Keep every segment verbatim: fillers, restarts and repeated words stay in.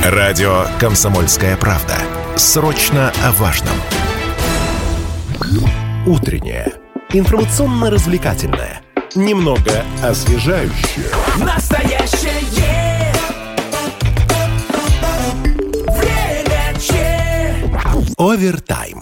Радио «Комсомольская правда». Срочно о важном. Утреннее. Информационно-развлекательное. Немного освежающее. Настоящее время че. Овертайм.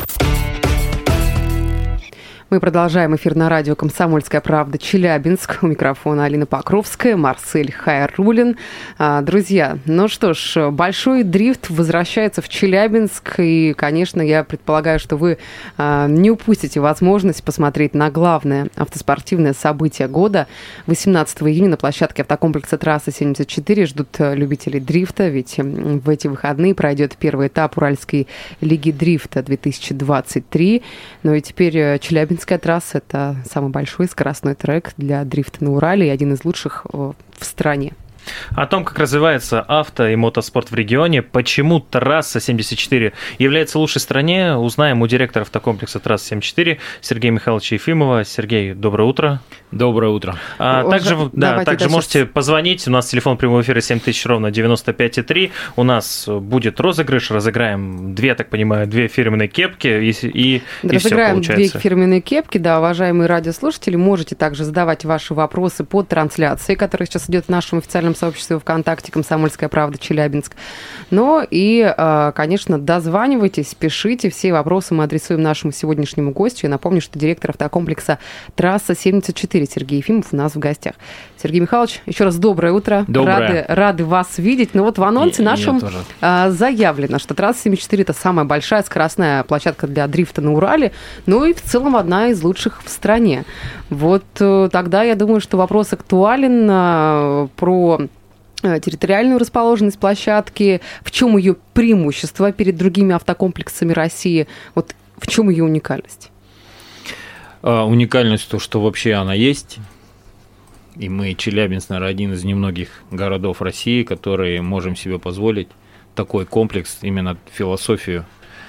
Мы продолжаем эфир на радио «Комсомольская правда» Челябинск. У микрофона Алина Покровская, Марсель Хайруллин. Друзья, ну что ж, большой дрифт возвращается в Челябинск. И, конечно, я предполагаю, что вы не упустите возможность посмотреть на главное автоспортивное событие года. восемнадцатого июня на площадке автокомплекса «Трасса семьдесят четыре» ждут любителей дрифта. Ведь в эти выходные пройдет первый этап Уральской лиги дрифта две тысячи двадцать три. Ну и теперь Челябинск трасса – это самый большой скоростной трек для дрифта на Урале и один из лучших в стране. О том, как развивается авто и мотоспорт в регионе, почему трасса семьдесят четыре является лучшей в стране, узнаем у директора автокомплекса «Трасса семьдесят четыре» Сергея Михайловича Ефимова. Сергей, доброе утро. Доброе утро. А, также да, также можете сейчас позвонить. У нас телефон прямого эфира семь тысяч ровно девяносто пять и три. У нас будет розыгрыш. Разыграем две, так понимаю, две фирменные кепки. И, и, и Разыграем все две фирменные кепки. Да, уважаемые радиослушатели, можете также задавать ваши вопросы под трансляцией, которая сейчас идет в нашем официальном сообществе ВКонтакте «Комсомольская правда Челябинск». Но и, конечно, дозванивайтесь, пишите. Все вопросы мы адресуем нашему сегодняшнему гостю. Я напомню, что директор автокомплекса «Трасса семьдесят четыре» Сергей Ефимов у нас в гостях. Сергей Михайлович, еще раз доброе утро. Доброе. Рады, рады вас видеть. Но вот в анонсе и, нашем и заявлено, что «Трасса семьдесят четыре» – это самая большая скоростная площадка для дрифта на Урале, ну и в целом одна из лучших в стране. Вот тогда я думаю, что вопрос актуален про территориальную расположенность площадки, в чем ее преимущество перед другими автокомплексами России, вот в чем ее уникальность? А, уникальность то, что вообще она есть, и мы, Челябинск, наверное, один из немногих городов России, которые можем себе позволить такой комплекс, именно философию.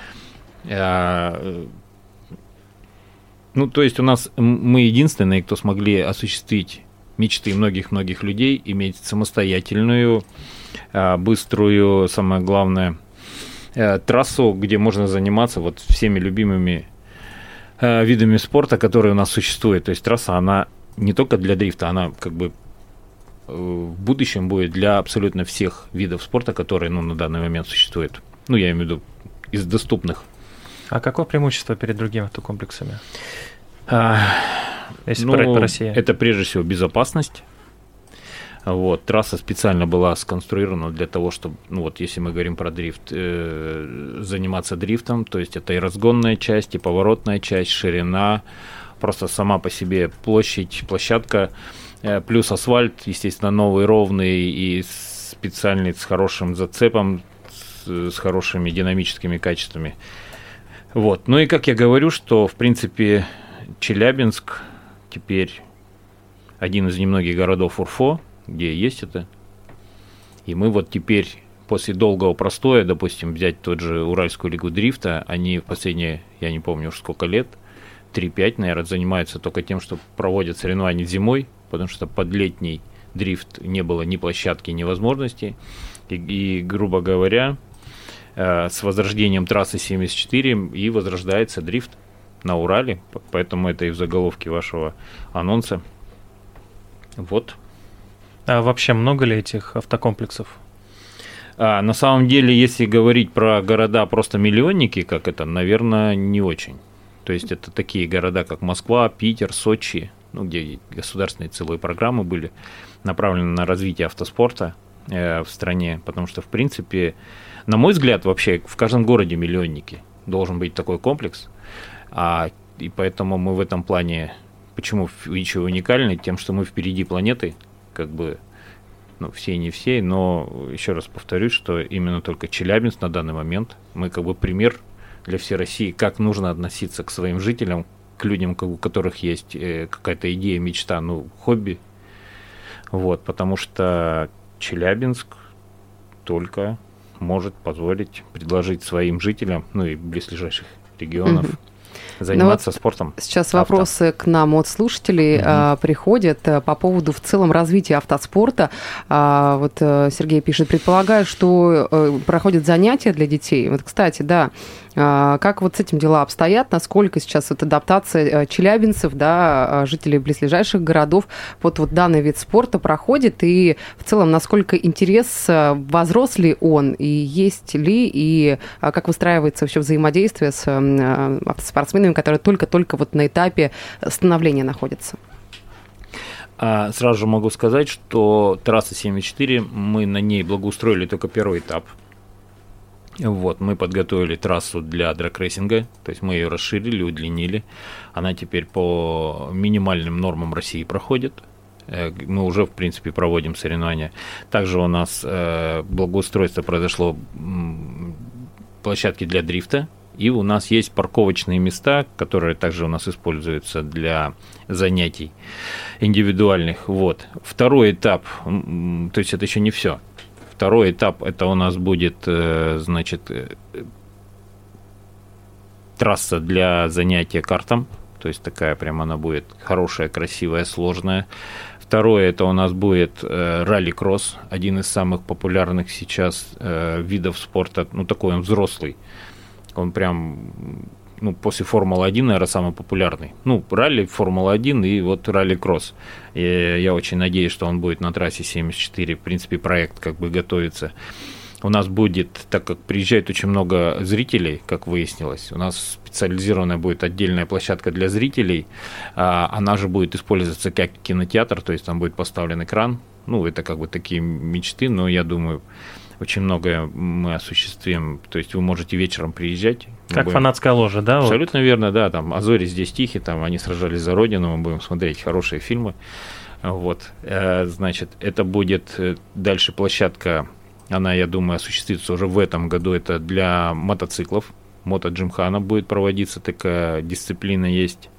А, ну, то есть у нас мы единственные, кто смогли осуществить мечты многих-многих людей, иметь самостоятельную, быструю, самое главное, трассу, где можно заниматься вот всеми любимыми видами спорта, которые у нас существуют. То есть трасса, она не только для дрифта, она как бы в будущем будет для абсолютно всех видов спорта, которые, ну, на данный момент существуют. Ну, я имею в виду из доступных. А какое преимущество перед другими автокомплексами? А, Если ну, брать по России? Это прежде всего безопасность. Вот, трасса специально была сконструирована для того, чтобы, ну вот, если мы говорим про дрифт, э, заниматься дрифтом, то есть это и разгонная часть, и поворотная часть, ширина, просто сама по себе площадь, площадка, э, плюс асфальт, естественно, новый, ровный и специальный с хорошим зацепом, с, с хорошими динамическими качествами. Вот, ну и как я говорю, что, в принципе, Челябинск теперь один из немногих городов УРФО, где есть это. И мы вот теперь, после долгого простоя, допустим, взять тот же Уральскую лигу дрифта, они в последние, я не помню уж сколько лет, три-пять, наверное, занимаются только тем, что проводят соревнования зимой, потому что под летний дрифт не было ни площадки, ни возможностей. И, и грубо говоря, э, с возрождением трассы семьдесят четыре и возрождается дрифт на Урале, поэтому это и в заголовке вашего анонса. Вот. А вообще много ли этих автокомплексов? А, на самом деле, если говорить про города просто миллионники, как это, наверное, не очень. То есть это такие города, как Москва, Питер, Сочи, ну, где государственные целые программы были направлены на развитие автоспорта э, в стране, потому что, в принципе, на мой взгляд, вообще в каждом городе миллионники должен быть такой комплекс, а, и поэтому мы в этом плане, почему еще уникальны, тем, что мы впереди планеты, как бы, ну, все и не все, но еще раз повторюсь, что именно только Челябинск на данный момент, мы как бы пример для всей России, как нужно относиться к своим жителям, к людям, у которых есть какая-то идея, мечта, ну, хобби, вот, потому что Челябинск только может позволить предложить своим жителям, ну, и близлежащих регионов, заниматься вот спортом. Сейчас авто. Вопросы к нам от слушателей угу. а, приходят а, по поводу в целом развития автоспорта. А, вот а, Сергей пишет, предполагаю, что а, проходят занятия для детей. Вот, кстати, да, а, как вот с этим дела обстоят, насколько сейчас вот адаптация челябинцев, да, жителей близлежащих городов под вот данный вид спорта проходит, и в целом насколько интерес, возрос ли он, и есть ли, и а, как выстраивается вообще взаимодействие с а, автоспортсменами, которые только-только вот на этапе становления находятся? А, сразу же могу сказать, что трасса семьдесят четыре, мы на ней благоустроили только первый этап. Вот, мы подготовили трассу для драг-рейсинга, то есть мы ее расширили, удлинили. Она теперь по минимальным нормам России проходит. Мы уже, в принципе, проводим соревнования. Также у нас э, благоустройство произошло м, площадки для дрифта. И у нас есть парковочные места, которые также у нас используются для занятий индивидуальных. Вот. Второй этап, то есть это еще не все. Второй этап, это у нас будет, значит, трасса для занятия картом. То есть такая прям она будет хорошая, красивая, сложная. Второе, это у нас будет э, ралли-кросс, один из самых популярных сейчас э, видов спорта, ну такой он взрослый. Он прям, ну, после Формулы один, наверное, самый популярный. Ну, ралли, Формула один и вот ралли-кросс. И я очень надеюсь, что он будет на трассе семьдесят четыре. В принципе, проект как бы готовится. У нас будет, так как приезжает очень много зрителей, как выяснилось, у нас специализированная будет отдельная площадка для зрителей. Она же будет использоваться как кинотеатр, то есть там будет поставлен экран. Ну, это как бы такие мечты, но я думаю... Очень многое мы осуществим, то есть вы можете вечером приезжать. Как будем... фанатская ложа, да? Абсолютно вот. Верно, да, там «А зори здесь тихи», там они сражались за Родину, мы будем смотреть хорошие фильмы. Вот, значит, это будет дальше площадка, она, я думаю, осуществится уже в этом году, это для мотоциклов, мото-джимхана будет проводиться, такая дисциплина есть.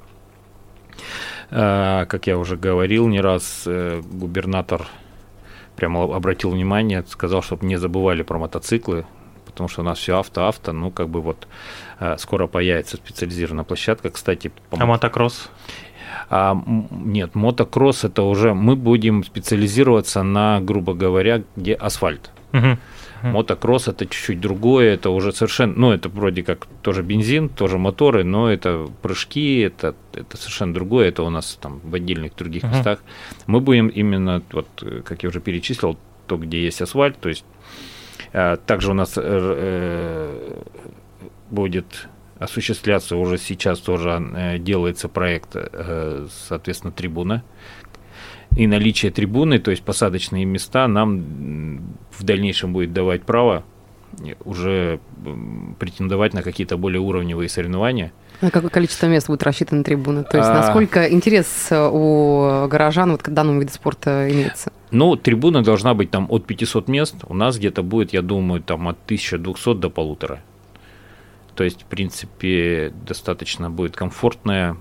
Как я уже говорил не раз, губернатор прямо обратил внимание, сказал, чтобы не забывали про мотоциклы, потому что у нас все авто-авто, ну, как бы вот э, скоро появится специализированная площадка, кстати. По... А мотокросс? А, нет, мотокросс это уже, мы будем специализироваться на, грубо говоря, где асфальт. Угу. Мотокросс это чуть-чуть другое, это уже совершенно, ну, это вроде как тоже бензин, тоже моторы, но это прыжки, это, это совершенно другое, это у нас там в отдельных других uh-huh. местах. Мы будем именно, вот, как я уже перечислил, то, где есть асфальт, то есть э, также у нас э, будет осуществляться, уже сейчас тоже э, делается проект, э, соответственно, трибуна. И наличие трибуны, то есть посадочные места, нам в дальнейшем будет давать право уже претендовать на какие-то более уровневые соревнования. На какое количество мест будет рассчитана трибуна? То есть а... насколько интерес у горожан вот к данному виду спорта имеется? Ну, трибуна должна быть там от пятисот мест. У нас где-то будет, я думаю, там от тысячи двухсот до полутора. То есть, в принципе, достаточно будет комфортная,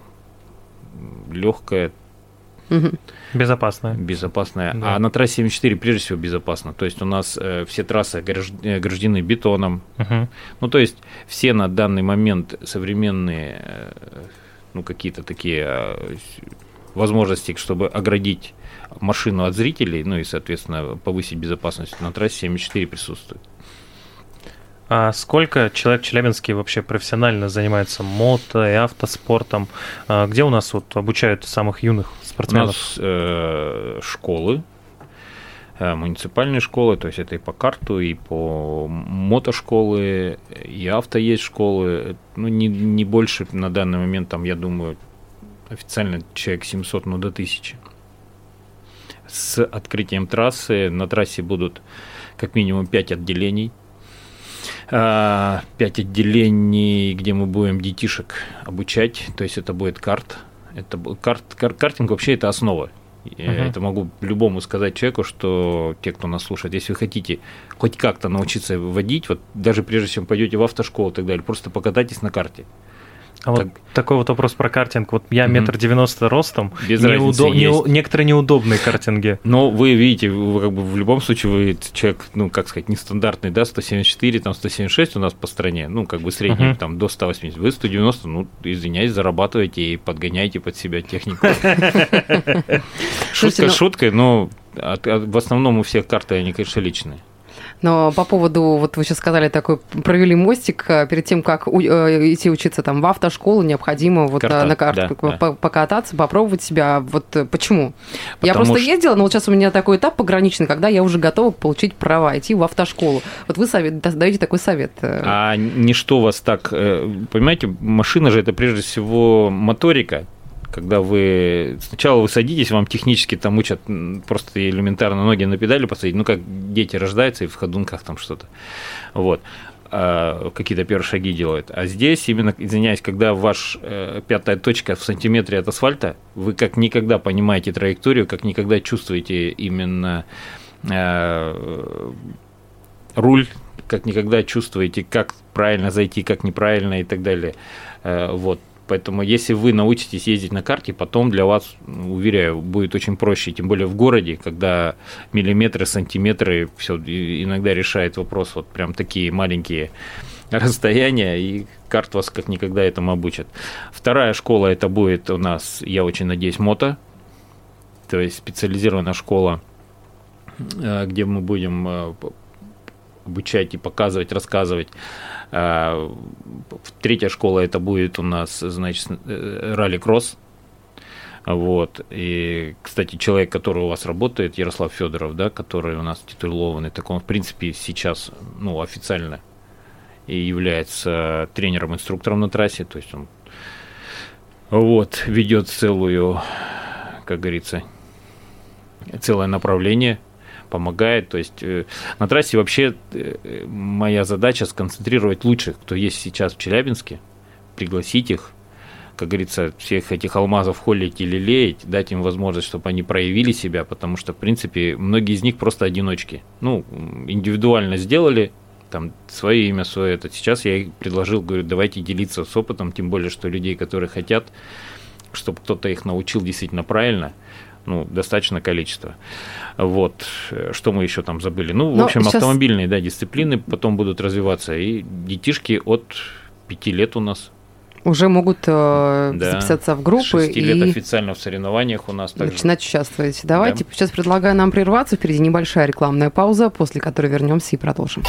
легкая. Угу. Безопасная. Безопасная. Да. А на трассе семьдесят четыре прежде всего безопасно. То есть у нас э, все трассы ограждены бетоном. Угу. Ну, то есть все на данный момент современные, э, ну, какие-то такие э, возможности, чтобы оградить машину от зрителей, ну и, соответственно, повысить безопасность на трассе семьдесят четыре присутствует. А сколько человек в Челябинске вообще профессионально занимается мото и автоспортом? Где у нас вот обучают самых юных спортсменов? У нас э, школы, э, муниципальные школы, то есть это и по карту, и по мотошколы, и авто есть школы. Ну, не, не больше на данный момент, там, я думаю, официально человек семьсот, ну, до тысячи. С открытием трассы на трассе будут как минимум пять отделений. Пять отделений, где мы будем детишек обучать, то есть это будет карт. Это карт, кар, картинг вообще это основа. Я uh-huh. это могу любому сказать человеку, что те, кто нас слушает, если вы хотите хоть как-то научиться водить, вот даже прежде чем пойдете в автошколу и так далее, просто покатайтесь на карте. А как... вот такой вот вопрос про картинг. Вот я метр девяносто ростом, Без неудо... разницы, есть. не... некоторые неудобные картинги. Но вы видите, вы как бы в любом случае вы человек, ну, как сказать, нестандартный, да, сто семьдесят четыре, там сто семьдесят шесть у нас по стране, ну, как бы средний, uh-huh. там, до сто восемьдесят. Вы сто девяносто, ну, извиняюсь, зарабатываете и подгоняете под себя технику. Шутка шуткой, но в основном у всех карты, они, конечно, личные. Но по поводу, вот вы сейчас сказали, такой, провели мостик, перед тем, как у, э, идти учиться там в автошколу, необходимо вот Карта, на карту да, да. покататься, попробовать себя. Вот почему? Потому я просто что... ездила, но вот сейчас у меня такой этап пограничный, когда я уже готова получить права, идти в автошколу. Вот вы совет, даете такой совет. А ничто вас так... Понимаете, машина же это прежде всего моторика. Когда вы сначала вы садитесь, вам технически там учат просто элементарно ноги на педали посадить, ну как дети рождаются и в ходунках там что-то, вот, а, какие-то первые шаги делают. А здесь именно, извиняюсь, когда ваш э, пятая точка в сантиметре от асфальта, вы как никогда понимаете траекторию, как никогда чувствуете именно э, руль, как никогда чувствуете, как правильно зайти, как неправильно и так далее, э, вот. Поэтому если вы научитесь ездить на карте, потом для вас, уверяю, будет очень проще, тем более в городе, когда миллиметры, сантиметры, все иногда решает вопрос, вот прям такие маленькие расстояния, и карт вас как никогда этому обучат. Вторая школа это будет у нас, я очень надеюсь, мото, то есть специализированная школа, где мы будем обучать и показывать, рассказывать. Третья школа это будет у нас, значит, ралли-кросс. Вот. И, кстати, человек, который у вас работает, Ярослав Федоров, да, который у нас титулованный, так он, в принципе, сейчас, ну, официально и является тренером-инструктором на трассе, то есть он вот, ведет целую, как говорится, целое направление, помогает, то есть э, на трассе вообще э, моя задача сконцентрировать лучших, кто есть сейчас в Челябинске, пригласить их, как говорится, всех этих алмазов холить и лелеять, дать им возможность, чтобы они проявили себя, потому что, в принципе, многие из них просто одиночки, ну, индивидуально сделали, там, свое имя, свое это, сейчас я их предложил, говорю, давайте делиться с опытом, тем более, что людей, которые хотят, чтобы кто-то их научил действительно правильно, ну, достаточно количество. Вот. Что мы еще там забыли? Ну, в Но общем, сейчас... автомобильные, да, дисциплины потом будут развиваться. И детишки от пяти лет у нас уже могут э, да. записаться в группы. шести и лет официально в соревнованиях у нас также. Начинать участвовать. Давайте да. сейчас предлагаю нам прерваться. Впереди небольшая рекламная пауза, после которой вернемся и продолжим.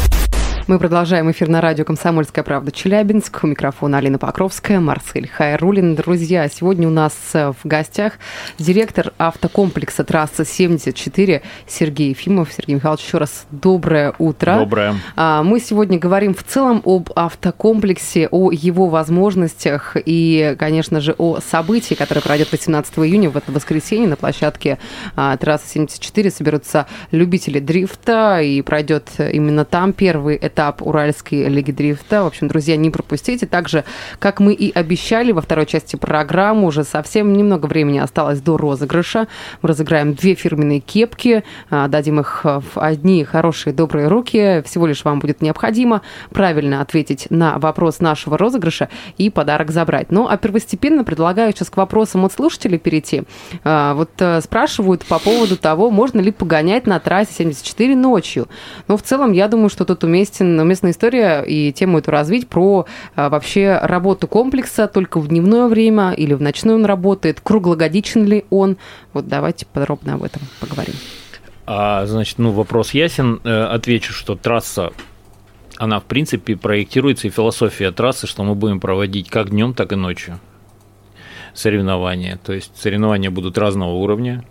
Мы продолжаем эфир на радио «Комсомольская правда» Челябинск. У микрофона Алина Покровская, Марсель Хайруллин. Друзья, сегодня у нас в гостях директор автокомплекса трасса семьдесят четыре Сергей Ефимов. Сергей Михайлович, еще раз доброе утро. Доброе. Мы сегодня говорим в целом об автокомплексе, о его возможностях и, конечно же, о событии, которое пройдет восемнадцатого июня в это воскресенье на площадке трассы семьдесят четыре. Соберутся любители дрифта, и пройдет именно там первый этап этап Уральской лиги дрифта. В общем, друзья, не пропустите. Также, как мы и обещали во второй части программы, уже совсем немного времени осталось до розыгрыша. Мы разыграем две фирменные кепки, дадим их в одни хорошие, добрые руки. Всего лишь вам будет необходимо правильно ответить на вопрос нашего розыгрыша и подарок забрать. Ну, а первостепенно предлагаю сейчас к вопросам от слушателей перейти. Вот спрашивают по поводу того, можно ли погонять на трассе семьдесят четыре ночью. Но в целом, я думаю, что тут уместен уместная история и тему эту развить про а, вообще работу комплекса только в дневное время или в ночное он работает, круглогодичен ли он. Вот давайте подробно об этом поговорим. А, значит, ну, вопрос ясен. Отвечу, что трасса, она, в принципе, проектируется, и философия трассы, что мы будем проводить как днем, так и ночью соревнования. То есть соревнования будут разного уровня.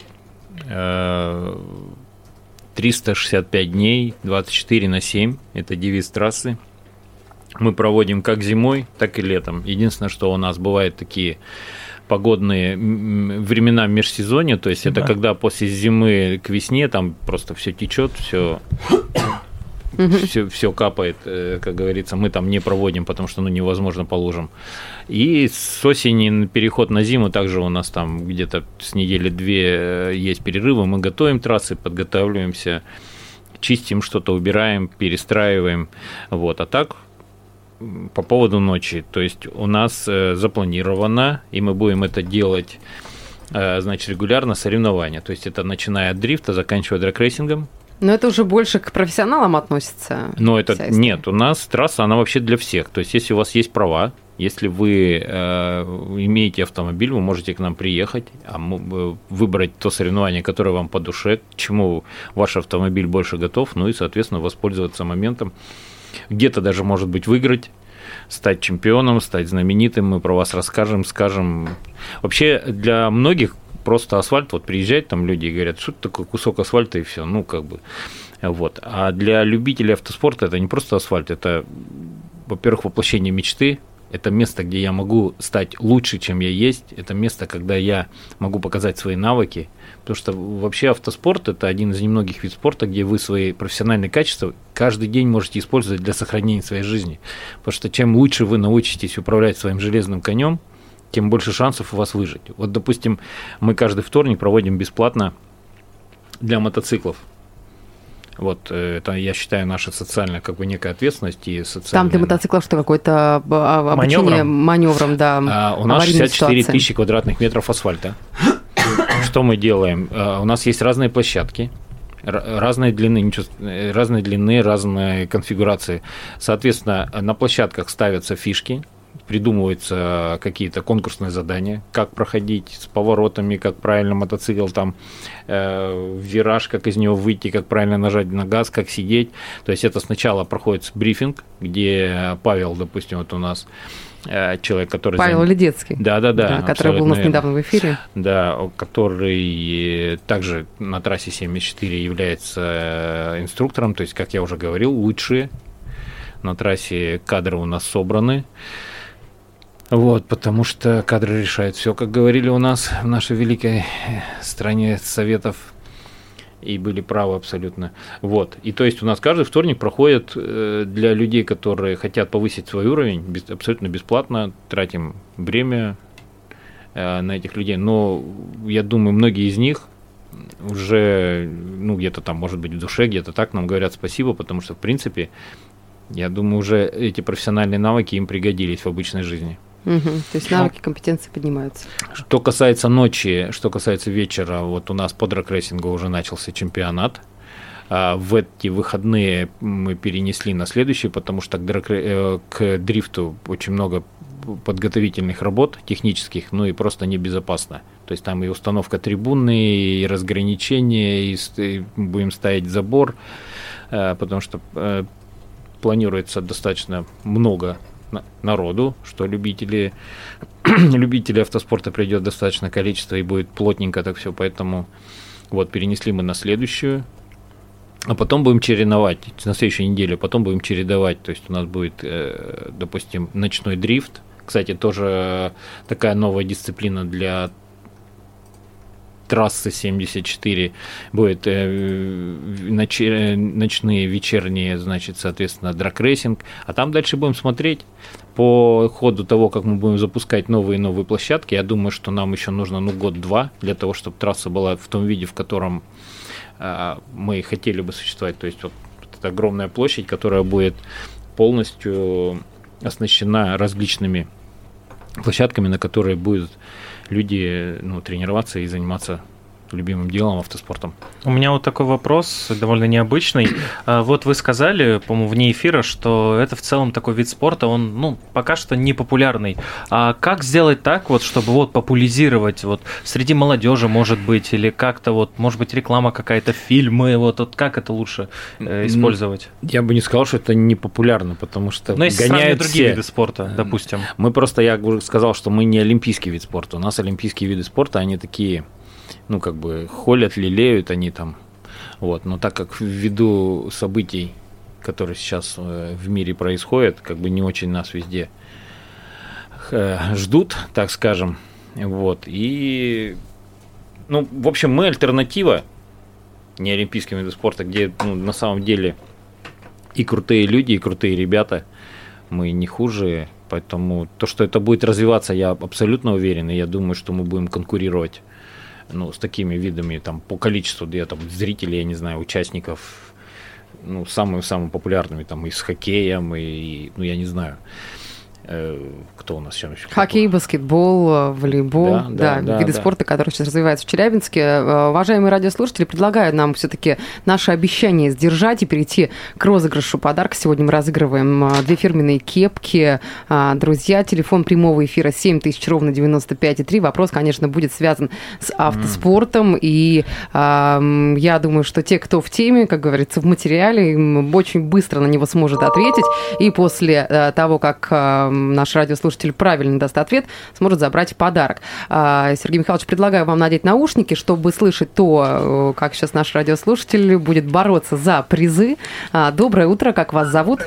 триста шестьдесят пять дней, двадцать четыре на семь, это девиз трассы. Мы проводим как зимой, так и летом. Единственное, что у нас бывают такие погодные времена межсезонья, то есть да. это когда после зимы к весне там просто все течет, все, все, все капает, как говорится, мы там не проводим, потому что ну, невозможно по лужам. И с осени переход на зиму также у нас там где-то с недели-две есть перерывы, мы готовим трассы, подготавливаемся, чистим что-то, убираем, перестраиваем. Вот. А так по поводу ночи. То есть у нас э, запланировано, и мы будем это делать, э, значит, регулярно соревнования. То есть это начиная от дрифта, заканчивая драг-рейсингом. Но это уже больше к профессионалам относится. Но это нет, у нас трасса, она вообще для всех. То есть если у вас есть права, если вы э, имеете автомобиль, вы можете к нам приехать, а выбрать то соревнование, которое вам по душе, к чему ваш автомобиль больше готов, ну и, соответственно, воспользоваться моментом. Где-то даже, может быть, выиграть, стать чемпионом, стать знаменитым, мы про вас расскажем, скажем. Вообще для многих просто асфальт, вот приезжают там люди и говорят, что это такое кусок асфальта и все, ну как бы, вот. А для любителей автоспорта это не просто асфальт, это, во-первых, воплощение мечты. Это место, где я могу стать лучше, чем я есть. Это место, когда я могу показать свои навыки. Потому что вообще автоспорт – это один из немногих видов спорта, где вы свои профессиональные качества каждый день можете использовать для сохранения своей жизни. Потому что чем лучше вы научитесь управлять своим железным конем, тем больше шансов у вас выжить. Вот, допустим, мы каждый вторник проводим бесплатно для мотоциклов. Вот, это, я считаю, наша социальная, как бы, некая ответственность и социальная... Там для мотоциклов что, какое-то обучение маневром, маневром да, а, у нас шестьдесят четыре тысячи квадратных метров асфальта. Что мы делаем? У нас есть разные площадки, разные длины, разные длины, разные конфигурации. Соответственно, на площадках ставятся фишки, придумываются какие-то конкурсные задания, как проходить с поворотами, как правильно мотоцикл там э, вираж, как из него выйти, как правильно нажать на газ, как сидеть. То есть это сначала проходит брифинг, где Павел, допустим, вот у нас э, человек, который... Павел зам... Ледецкий. Да-да-да. Да, который был у нас недавно в эфире. Да, который также на трассе семьдесят четыре является инструктором, то есть, как я уже говорил, лучшие на трассе кадры у нас собраны. Вот, потому что кадры решают все, как говорили у нас в нашей великой стране советов, и были правы абсолютно. Вот, и то есть у нас каждый вторник проходит для людей, которые хотят повысить свой уровень, без, абсолютно бесплатно, тратим время на этих людей, но я думаю, многие из них уже, ну, где-то там, может быть, в душе, где-то так нам говорят спасибо, потому что, в принципе, я думаю, уже эти профессиональные навыки им пригодились в обычной жизни. Угу, то есть навыки, компетенции поднимаются. Что касается ночи, что касается вечера, вот у нас по драг-рейсингу уже начался чемпионат. В эти выходные мы перенесли на следующие, потому что к, драг... к дрифту очень много подготовительных работ технических, ну и просто небезопасно. То есть там и установка трибуны, и разграничение, и будем ставить забор, потому что планируется достаточно много народу, что любители, любители автоспорта придет достаточное количество и будет плотненько так все, поэтому вот перенесли мы на следующую, а потом будем чередовать, на следующей неделе, потом будем чередовать, то есть у нас будет, э, допустим, ночной дрифт, кстати, тоже такая новая дисциплина для трассы семьдесят четыре, будет э, ноч, э, ночные, вечерние, значит, соответственно, драг-рейсинг, а там дальше будем смотреть по ходу того, как мы будем запускать новые и новые площадки. Я думаю, что нам еще нужно, ну, год-два для того, чтобы трасса была в том виде, в котором э, мы хотели бы существовать, то есть вот, вот эта огромная площадь, которая будет полностью оснащена различными площадками, на которые будут люди, ну, тренироваться и заниматься любимым делом, автоспортом. У меня вот такой вопрос, довольно необычный. Вот вы сказали, по-моему, вне эфира, что это в целом такой вид спорта, он, ну, пока что не популярный. А как сделать так, вот, чтобы вот популяризировать вот среди молодежи, может быть, или как-то вот, может быть, реклама какая-то, фильмы, вот, вот как это лучше э, использовать? Я бы не сказал, что это не популярно, потому что но если гоняют другие все. виды спорта, допустим. Мы просто, я уже сказал, что мы не олимпийский вид спорта. У нас олимпийские виды спорта, они такие, ну, как бы, холят, лелеют они там, вот, но так как ввиду событий, которые сейчас в мире происходят, как бы не очень нас везде ждут, так скажем, вот, и, ну, в общем, мы альтернатива не олимпийским видам спорта, где, ну, на самом деле и крутые люди, и крутые ребята, мы не хуже, поэтому то, что это будет развиваться, я абсолютно уверен, и я думаю, что мы будем конкурировать, ну, с такими видами, там, по количеству, я, там, зрителей, я не знаю, участников, ну, самыми-самыми популярными, там, и с хоккеем, и, ну, я не знаю, кто у нас сейчас еще? Хоккей, баскетбол, волейбол, да, да, да, да, виды да. спорта, которые сейчас развиваются в Челябинске. Уважаемые радиослушатели, предлагаю нам все-таки наше обещание сдержать и перейти к розыгрышу подарка. Сегодня мы разыгрываем две фирменные кепки. Друзья, телефон прямого эфира семь тысяч ровно девяносто пять и три. Вопрос, конечно, будет связан с автоспортом. Mm. И э, я думаю, что те, кто в теме, как говорится, в материале, очень быстро на него сможет ответить. И после э, того, как э, наш радиослушатель правильно даст ответ, сможет забрать подарок. Сергей Михайлович, предлагаю вам надеть наушники, чтобы слышать то, как сейчас наш радиослушатель будет бороться за призы. Доброе утро, как вас зовут?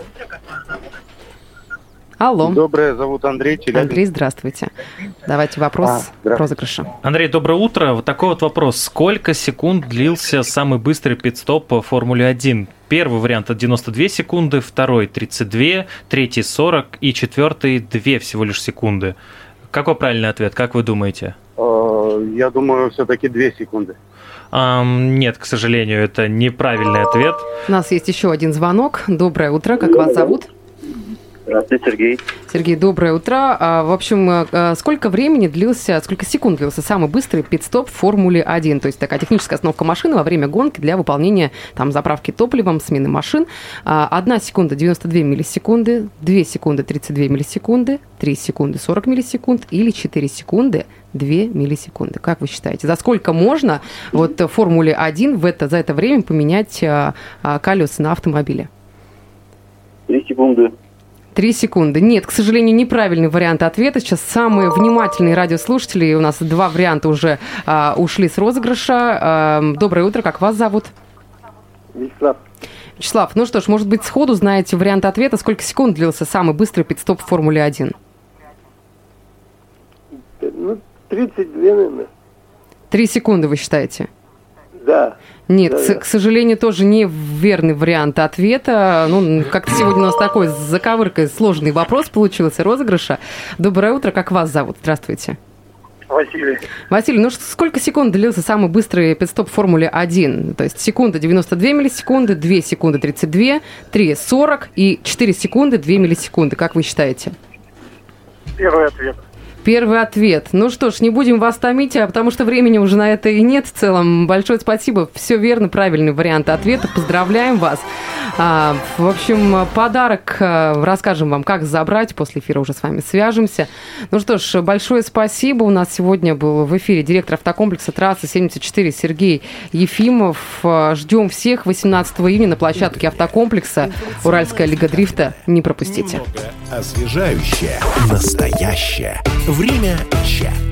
Алло. Доброе, зовут Андрей Челябинск. Андрей, здравствуйте. Давайте вопрос а, розыгрыша. Андрей, доброе утро. Вот такой вот вопрос. Сколько секунд длился самый быстрый пит-стоп по Формуле один? Первый вариант – это девяносто две секунды, второй – тридцать два, третий – сорок и четвертый – два всего лишь секунды. Какой правильный ответ, как вы думаете? Я думаю, все-таки две секунды. Um, нет, к сожалению, это неправильный ответ. У нас есть еще один звонок. Доброе утро, как вас зовут? Здравствуйте, Сергей. Сергей, доброе утро. В общем, сколько времени длился, сколько секунд длился самый быстрый пит-стоп в Формуле один? То есть такая техническая остановка машины во время гонки для выполнения там заправки топливом, смены машин. Одна секунда девяносто две миллисекунды, две секунды тридцать две миллисекунды, три секунды сорок миллисекунд или четыре секунды две миллисекунды. Как вы считаете, за сколько можно вот в Формуле один в это, за это время поменять колеса на автомобиле? Три секунды. Три секунды. Нет, к сожалению, неправильный вариант ответа. Сейчас самые внимательные радиослушатели, у нас два варианта уже а, ушли с розыгрыша. А, доброе утро, как вас зовут? Вячеслав. Вячеслав, ну что ж, может быть, сходу знаете вариант ответа. Сколько секунд длился самый быстрый пит-стоп в Формуле один? Ну, тридцать две, наверное. Три секунды, вы считаете? Да. Нет, да, к, да. к сожалению, тоже не верный вариант ответа. Ну, как-то сегодня у нас такой с заковыркой сложный вопрос получился, розыгрыша. Доброе утро, как вас зовут? Здравствуйте. Василий. Василий, ну сколько секунд длился самый быстрый пит-стоп в Формуле один? То есть секунда девяносто две миллисекунды, две секунды тридцать два, три сорок и четыре секунды две миллисекунды. Как вы считаете? Первый ответ. Первый ответ. Ну что ж, не будем вас томить, а потому что времени уже на это и нет в целом. Большое спасибо. Все верно, правильный вариант ответа. Поздравляем вас. А, в общем, подарок а, расскажем вам, как забрать. После эфира уже с вами свяжемся. Ну что ж, большое спасибо. У нас сегодня был в эфире директор автокомплекса трассы семьдесят четыре Сергей Ефимов. Ждем всех восемнадцатого июня на площадке автокомплекса. Уральская лига дрифта. Не пропустите. Освежающее, настоящее. Время чат.